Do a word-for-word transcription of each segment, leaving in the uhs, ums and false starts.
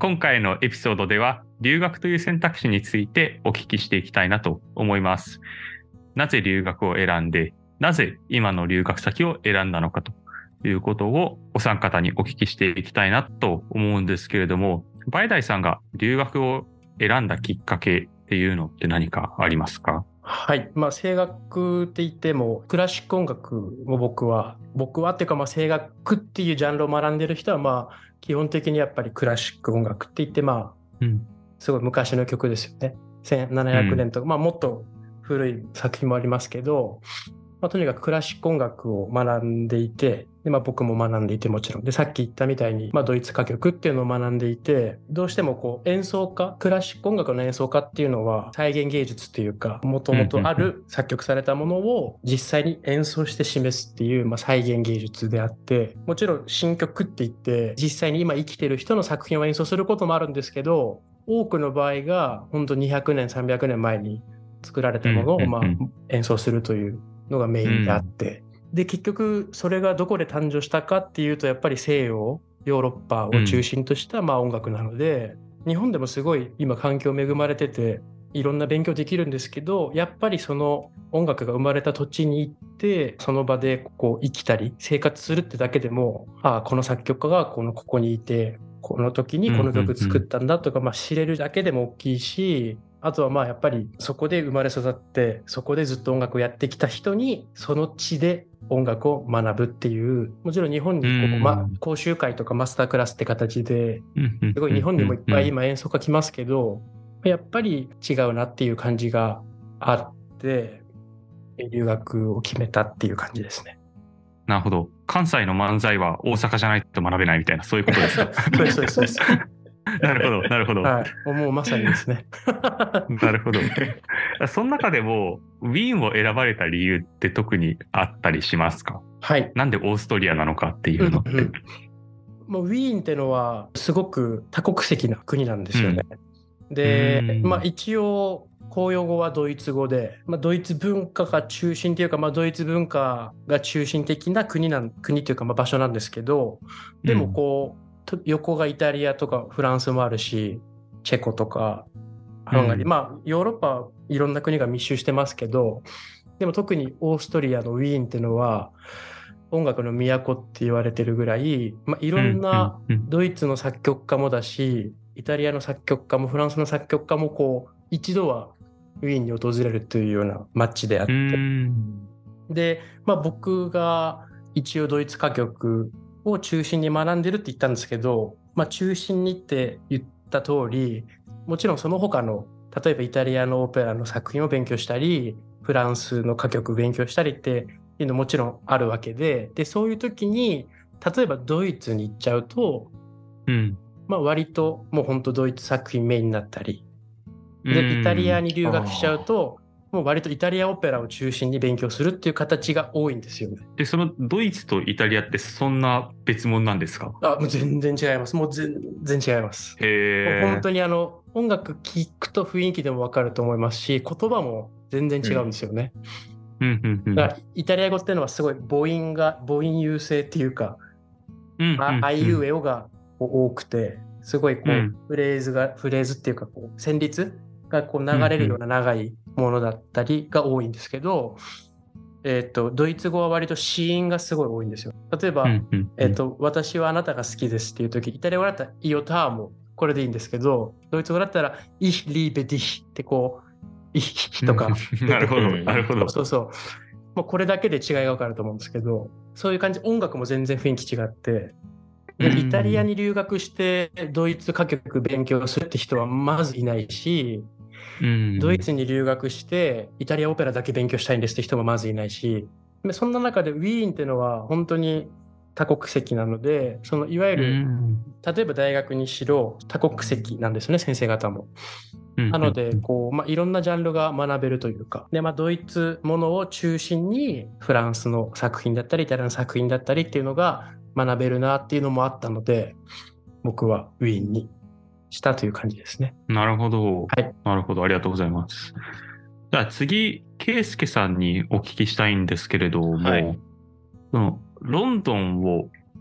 今回のエピソードでは留学という選択肢についてお聞きしていきたいなと思います。なぜ留学を選んで、なぜ今の留学先を選んだのかということをお三方にお聞きしていきたいなと思うんですけれども、バイダイさんが留学を選んだきっかけっていうのって何かありますか？ はい。まあ、声楽って言っても、クラシック音楽も僕は、僕はっていうか、まあ、声楽っていうジャンルを学んでる人は、まあ、基本的にやっぱりクラシック音楽って言って、まあ、うん、すごい昔の曲ですよね。せんななひゃくねんとか、うん、まあ、もっと古い作品もありますけど、まあ、とにかくクラシック音楽を学んでいて、で、まあ、僕も学んでいてもちろん。で、さっき言ったみたいに、まあ、ドイツ歌曲っていうのを学んでいて、どうしてもこう演奏家、クラシック音楽の演奏家っていうのは再現芸術っていうか、もともとある作曲されたものを実際に演奏して示すっていう、まあ、再現芸術であって、もちろん新曲って言って、実際に今生きてる人の作品を演奏することもあるんですけど、多くの場合が本当にひゃくねん、さんびゃくねんまえに作られたものをまあ演奏するというのがメインであって、うん、で結局それがどこで誕生したかっていうと、やっぱり西洋ヨーロッパを中心としたまあ音楽なので、うん、日本でもすごい今環境恵まれてていろんな勉強できるんですけど、やっぱりその音楽が生まれた土地に行ってその場でこう生きたり生活するってだけでも、ああこの作曲家がこのここにいてこの時にこの曲作ったんだとか、まあ知れるだけでも大きいし、あとはまあやっぱりそこで生まれ育ってそこでずっと音楽をやってきた人にその地で音楽を学ぶっていう、もちろん日本にこう、ま、講習会とかマスタークラスって形ですごい日本にもいっぱい今演奏家来ますけど、やっぱり違うなっていう感じがあって留学を決めたっていう感じですね。 なるほど。関西の漫才は大阪じゃないと学べないみたいな、そういうことですか？ そうですそうです。 なるほどなるほど。 はい、もうまさにですね。 なるほど。その中でもウィーンを選ばれた理由って特にあったりしますか？ はい。 なんでオーストリアなのかっていうのって。うんうん、 もうウィーンってのはすごく多国籍な国なんですよね。うん、で、まあ一応公用語はドイツ語で、まあ、ドイツ文化が中心というか、まあ、ドイツ文化が中心的な国なん国というか、まあ、場所なんですけど、でもこう、うん、横がイタリアとかフランスもあるし、チェコとかハンガリー、うん、まあヨーロッパいろんな国が密集してますけど、でも特にオーストリアのウィーンっていうのは音楽の都って言われてるぐらい、まあ、いろんなドイツの作曲家もだし、イタリアの作曲家もフランスの作曲家もこう一度はウィーンに訪れるというような街であって、で、まあ、僕が一応ドイツ歌曲を中心に学んでるって言ったんですけど、まあ、中心にって言った通り、もちろんその他の例えばイタリアのオペラの作品を勉強したり、フランスの歌曲を勉強したりっていうのもちろんあるわけで、でそういう時に例えばドイツに行っちゃうと、うん、まあ割ともう本当ドイツ作品メインになったり、でイタリアに留学しちゃうともう割とイタリアオペラを中心に勉強するっていう形が多いんですよね。 でそのドイツとイタリアってそんな別物なんですか？ あ、もう全然違います。もう全然違います。へー。もう本当にあの音楽聴くと雰囲気でも分かると思いますし、言葉も全然違うんですよね。うんうんうんうん、だからイタリア語っていうのはすごい母音が母音優勢っていうか、うんうんうん、あいうえおが多くて、すごいこう、うん、フレーズがフレーズっていうかこう旋律がこう流れるような長いものだったりが多いんですけど、うんうん、えーと、ドイツ語は割と子音がすごい多いんですよ。例えば、うんうんうん、えーと、私はあなたが好きですっていう時、イタリア語だったらイオターもこれでいいんですけど、ドイツ語だったら Ich liebe dich ってこうとかなるほどなるほど。 そうそうそう、もうこれだけで違いが分かると思うんですけど、そういう感じ。音楽も全然雰囲気違って、でイタリアに留学してドイツ歌曲勉強するって人はまずいないし、ドイツに留学してイタリアオペラだけ勉強したいんですって人もまずいないし、そんな中でウィーンっていうのは本当に多国籍なので、そのいわゆる例えば大学にしろ多国籍なんですね、先生方も。なのでこう、まあ、いろんなジャンルが学べるというかで、まあ、ドイツものを中心にフランスの作品だったりイタリアの作品だったりっていうのが学べるなっていうのもあったので、僕はウィーンにしたという感じですね。 なるほど、はい、なるほど、ありがとうございます。じゃあ次、圭介さんにお聞きしたいんですけれども、はい、そのロンドンを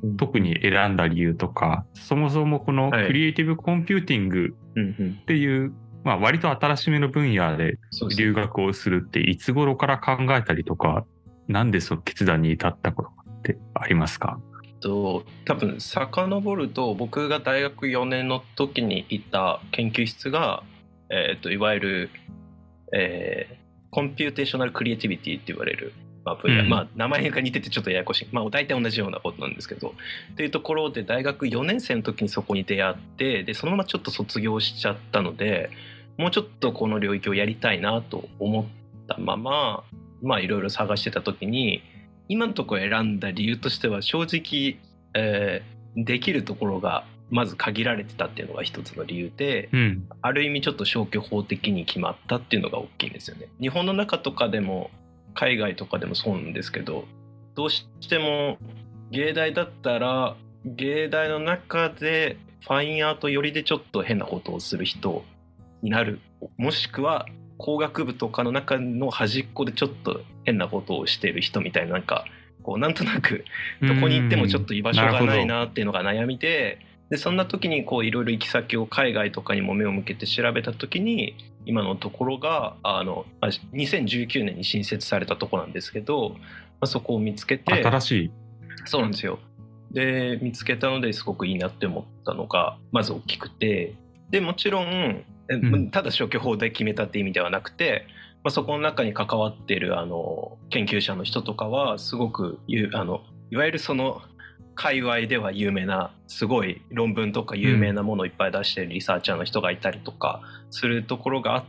特に選んだ理由とか、そもそもこのクリエイティブコンピューティングっていう、はい、まあ割と新しめの分野で留学をするっていつ頃から考えたりとか、なんでその決断に至ったことってありますか？ と多分遡ると、僕が大学よねんの時にいた研究室が、えー、といわゆる、えー、コンピューテーショナルクリエイティビティって言われる、まあ分野、うん、まあ名前が似ててちょっとややこしい、まあ大体同じようなことなんですけど、っていうところで大学よねん生の時にそこに出会って、でそのままちょっと卒業しちゃったので、もうちょっとこの領域をやりたいなと思ったまま、まあいろいろ探してた時に、今のところ選んだ理由としては正直、えー、できるところがまず限られてたっていうのが一つの理由で、うん、ある意味ちょっと消去法的に決まったっていうのが大きいんですよね。日本の中とかでも海外とかでもそうなんですけど、どうしても芸大だったら芸大の中でファインアート寄りでちょっと変なことをする人になる、もしくは工学部とかの中の端っこでちょっと変なことをしている人みたいな、なんかこうなんとなくどこに行ってもちょっと居場所がないなっていうのが悩みで、でそんな時にこういろいろ行き先を海外とかにも目を向けて調べた時に、今のところがあのにせんじゅうきゅうねんに新設されたところなんですけど、まあ、そこを見つけて、 新しい、 そうなんですよ。で見つけたのですごくいいなって思ったのがまず大きくて、でもちろんただ消去法で決めたって意味ではなくて、まあ、そこの中に関わっているあの研究者の人とかはすごくあのいわゆるその界隈では有名なすごい論文とか有名なものをいっぱい出しているリサーチャーの人がいたりとかするところがあって、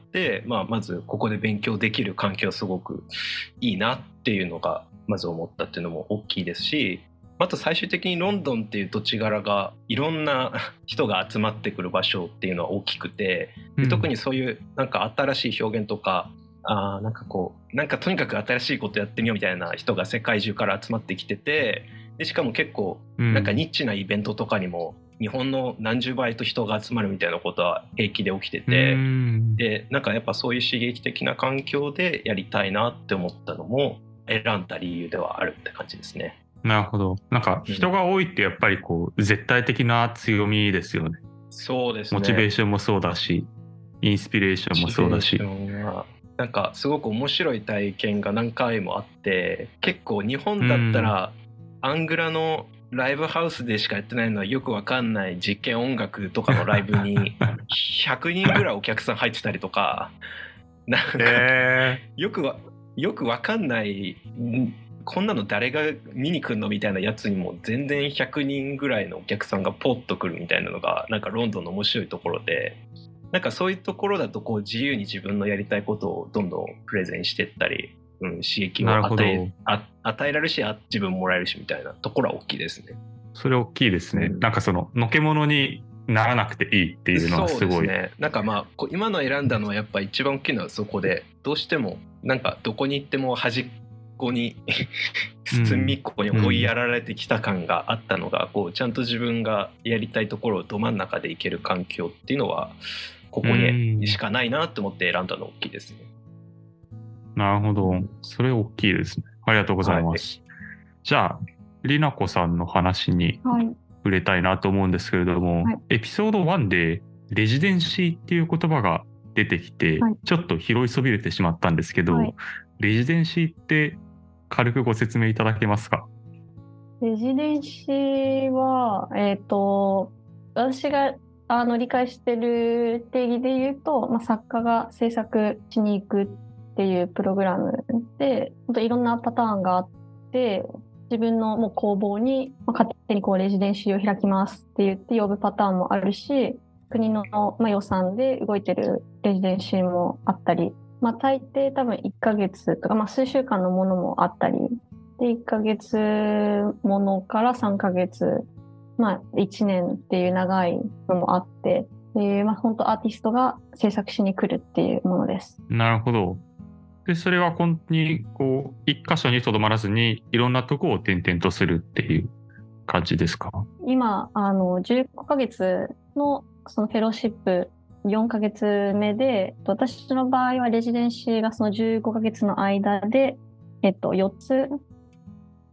まあ、まずここで勉強できる環境はすごくいいなっていうのがまず思ったっていうのも大きいですし、あと最終的にロンドンっていう土地柄がいろんな人が集まってくる場所っていうのは大きくて、で特にそういうなんか新しい表現とか、あなんかこうなんかとにかく新しいことやってみようみたいな人が世界中から集まってきてて、でしかも結構なんかニッチなイベントとかにも日本の何十倍と人が集まるみたいなことは平気で起きてて、でなんかやっぱそういう刺激的な環境でやりたいなって思ったのも選んだ理由ではあるって感じですね。 なるほど。なんか人が多いってやっぱりこう絶対的な強みですよね。 そうですね。 モチベーションもそうだし、インスピレーションもそうだし。 なんかすごく面白い体験が何回もあって、結構日本だったらアングラのライブハウスでしかやってないのはよくわかんない実験音楽とかのライブにひゃくにんぐらいお客さん入ってたりとか、なんかよくわよくわかんないこんなの誰が見に来るのみたいなやつにも全然ひゃくにんぐらいのお客さんがポッと来るみたいなのがなんかロンドンの面白いところで、なんかそういうところだとこう自由に自分のやりたいことをどんどんプレゼンしていったり、うん、刺激を与え、あ与えられるし自分ももらえるしみたいなところは大きいですね。 それ大きいですね、うん、なんかそののけものにならなくていいっていうのはすごい。 そうですね。なんかまあ今の選んだのはやっぱ一番大きいのはそこで、どうしてもなんかどこに行っても端っこに隅っこに追いやられてきた感があったのが、こうちゃんと自分がやりたいところをど真ん中で行ける環境っていうのはここにしかないなと思って選んだの大きいですね。 なるほど、それ大きいですね。ありがとうございます、はい、じゃありなこさんの話に触れたいなと思うんですけれども、はい、エピソードワンでレジデンシーっていう言葉が出てきて、はい、ちょっと拾いそびれてしまったんですけど、はい、レジデンシーって軽くご説明いただけますか？ レジデンシーは、えっと、私があの理解してる定義で言うと、まあ、作家が制作しに行くっていうプログラムで、本当いろんなパターンがあって、自分のもう工房に勝手にこうレジデンシーを開きますって言って呼ぶパターンもあるし、国のまあ予算で動いてるレジデンシーもあったり、まあ、大抵多分いっかげつとか、まあ、数週間のものもあったりで、いっかげつものからさんかげつ、まあ、いちねんっていう長いのもあって、で、まあ、本当アーティストが制作しに来るっていうものです。 なるほど。でそれは本当にこう一箇所にとどまらずにいろんなところを転々とするっていう感じですか？ 今あのじゅうごかげつのそのフェローシップよんかげつめで、私の場合はレジデンシーがそのじゅうごかげつの間で、えっと、よっつあっ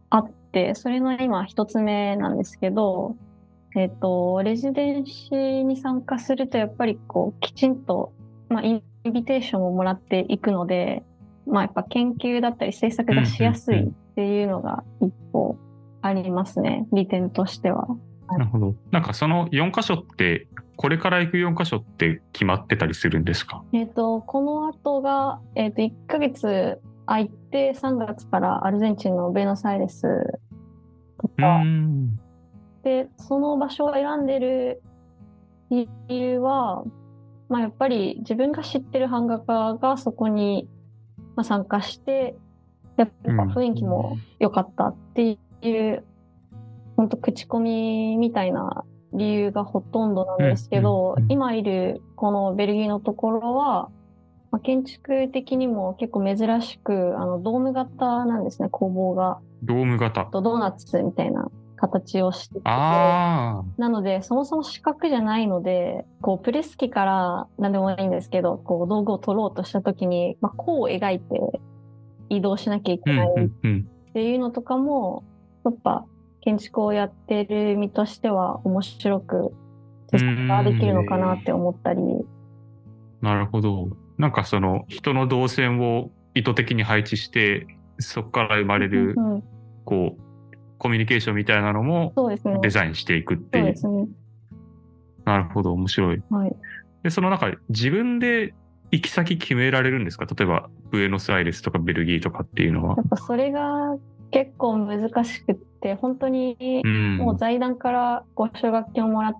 て、それの今一つ目なんですけど、えっと、レジデンシーに参加するとやっぱりこうきちんと、まあ、インビテーションをもらっていくので、まあ、やっぱ研究だったり制作がしやすいっていうのが一個ありますね、利点としては。 なるほど。なんかそのよん箇所ってこれから行くよん箇所って決まってたりするんですか？ えっと、この後が、えっと、いっかげつ空いてさんがつからアルゼンチンのベノスアイレスとか、 うんで、その場所を選んでる理由は、まあ、やっぱり自分が知ってる版画家がそこにまあ参加して、やっぱ雰囲気も良かったっていう、本当口コミみたいな理由がほとんどなんですけど、 うんうんうん、 今いるこのベルギーのところは、まあ、建築的にも結構珍しく、あのドーム型なんですね、工房が。 ドーム型。 ドーナツみたいな形をしてて、 あなのでそもそも四角じゃないので、こうプレス機から何でもいいんですけど、こう道具を取ろうとした時に、まあ、弧を描いて移動しなきゃいけないっていうのとかも、やっぱ建築をやってる身としては面白く制作ができるのかなって思ったり。 なるほど。なんかその人の動線を意図的に配置してそこから生まれるこうコミュニケーションみたいなのもデザインしていくっていう。 そうですね。 なるほど、面白い。 はい、 でその中で自分で行き先決められるんですか？例えばブエノスアイレスとかベルギーとかっていうのは。 やっぱそれが結構難しくって、本当にもう財団からご奨学金をもらって、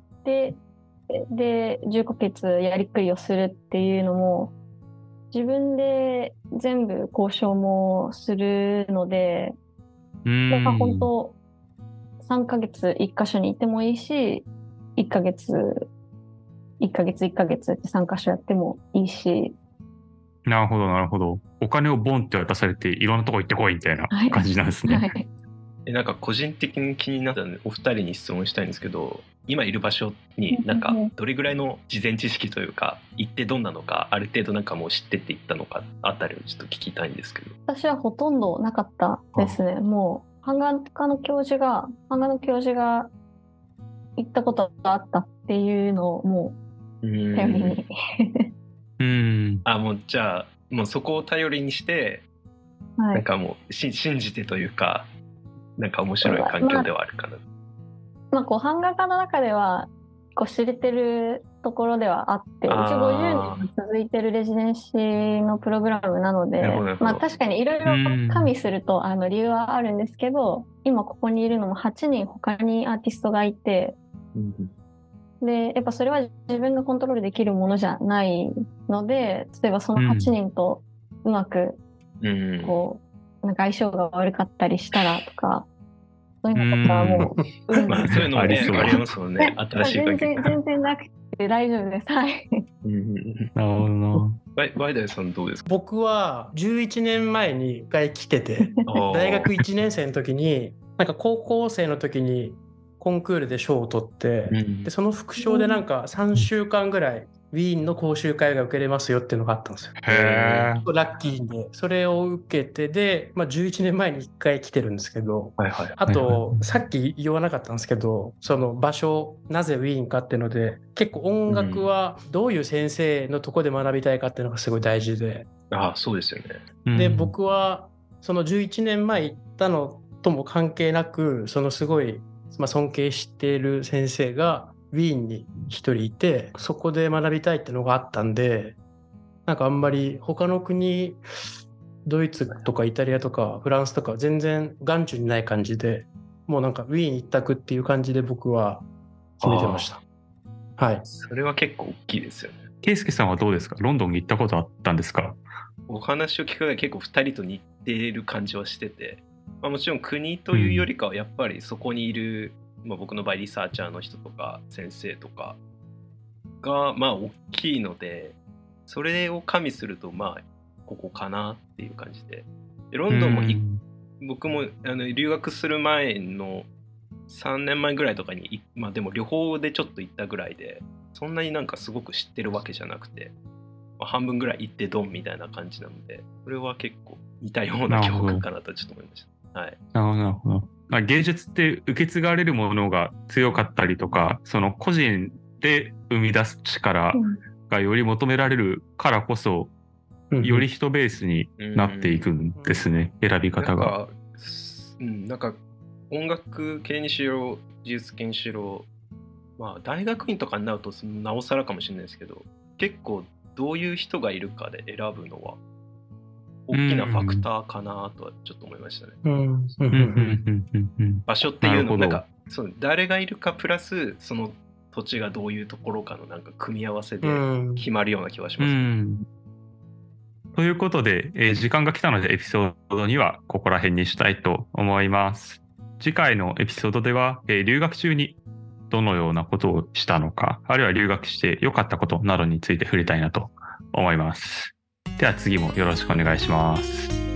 うん、でじゅっかげつやりくりをするっていうのも自分で全部交渉もするので、うん、なんか本当さんかげついっ箇所にいてもいいし、いっかげついっかげついっかげつってさん箇所やってもいいし。 なるほどなるほど。お金をボンって渡されていろんなとこ行ってこいみたいな感じなんですね。はいはい、 えなんか個人的に気になったのでお二人に質問したいんですけど、今いる場所になんかどれぐらいの事前知識というか行ってどんなのかある程度なんかもう知ってっていったのかあたりをちょっと聞きたいんですけど。 私はほとんどなかったですね。もう版画家の教授が版画の教授が行ったことがあったっていうのをもう頼りにうんあもうじゃあもうそこを頼りにして、はい、なんかもうし信じてというかなんか面白い環境ではあるかな。 まあ、まあ、こう版画家の中ではこう知れてるところではあって、一応ごじゅうねんも続いてるレジデンシーのプログラムなので、まあ、確かにいろいろ加味するとあの理由はあるんですけど、今ここにいるのもはちにん他にアーティストがいて、でやっぱそれは自分がコントロールできるものじゃないので、例えばそのはちにんとうまくこうなんか相性が悪かったりしたらとか、そういうのとかはもう、うんまあ、そういうのもねありますもんね。新しい環境全然全然なくて大丈夫です。はい。 なるほどな。 ワイダイさんどうですか？ 僕はじゅういちねんまえにいっかい来てて大学いちねん生の時になんか高校生の時にコンクールで賞を取って、うん、でその副賞でなんかさんしゅうかんぐらいウィーンの講習会が受けれますよっていうのがあったんですよ。 へー。 ラッキーでそれを受けてで、まあ、じゅういちねんまえにいっかい来てるんですけど、 はいはい、 あとさっき言わなかったんですけど、その場所なぜウィーンかっていうので結構音楽はどういう先生のとこで学びたいかっていうのがすごい大事で、 うん、ああそうですよね。 で僕はそのじゅういちねんまえ行ったのとも関係なく、そのすごい、まあ、尊敬している先生がウィーンに一人いて、そこで学びたいってのがあったんで、なんかあんまり他の国、ドイツとかイタリアとかフランスとか全然眼中にない感じで、もうなんかウィーン一択っていう感じで僕は決めてました。はい。 それは結構大きいですよね。 ケイスケさんはどうですか？ロンドンに行ったことあったんですか？ お話を聞くが結構ふたりと似ている感じはしてて、まあ、もちろん国というよりかはやっぱりそこにいる、うんまあ、僕の場合リサーチャーの人とか先生とかがまあ大きいので、それを加味するとまあここかなっていう感じで、でロンドンもい、うん、僕もあの留学する前のさんねんまえぐらいとかに、まあでも旅行でちょっと行ったぐらいで、そんなになんかすごく知ってるわけじゃなくて、まあ、半分ぐらい行ってドンみたいな感じなので、それは結構似たような記憶かなとちょっと思いました。はい。 なるほどなるほど。 まあ、芸術って受け継がれるものが強かったりとか、その個人で生み出す力がより求められるからこそ、 うんうん、 より人ベースになっていくんですね、うん、選び方が。 なんか、うん、なんか音楽系にしろ美術系にしろ、まあ、大学院とかになるとなおさらかもしれないですけど、結構どういう人がいるかで選ぶのは大きなファクターかなとはちょっと思いましたね。場所っていうのなんかそう誰がいるかプラスその土地がどういうところかのなんか組み合わせで決まるような気はします、ね。うんうんということで、えー、時間が来たのでエピソードにはここら辺にしたいと思います。次回のエピソードでは、えー、留学中にどのようなことをしたのか、あるいは留学して良かったことなどについて触れたいなと思います。では次もよろしくお願いします。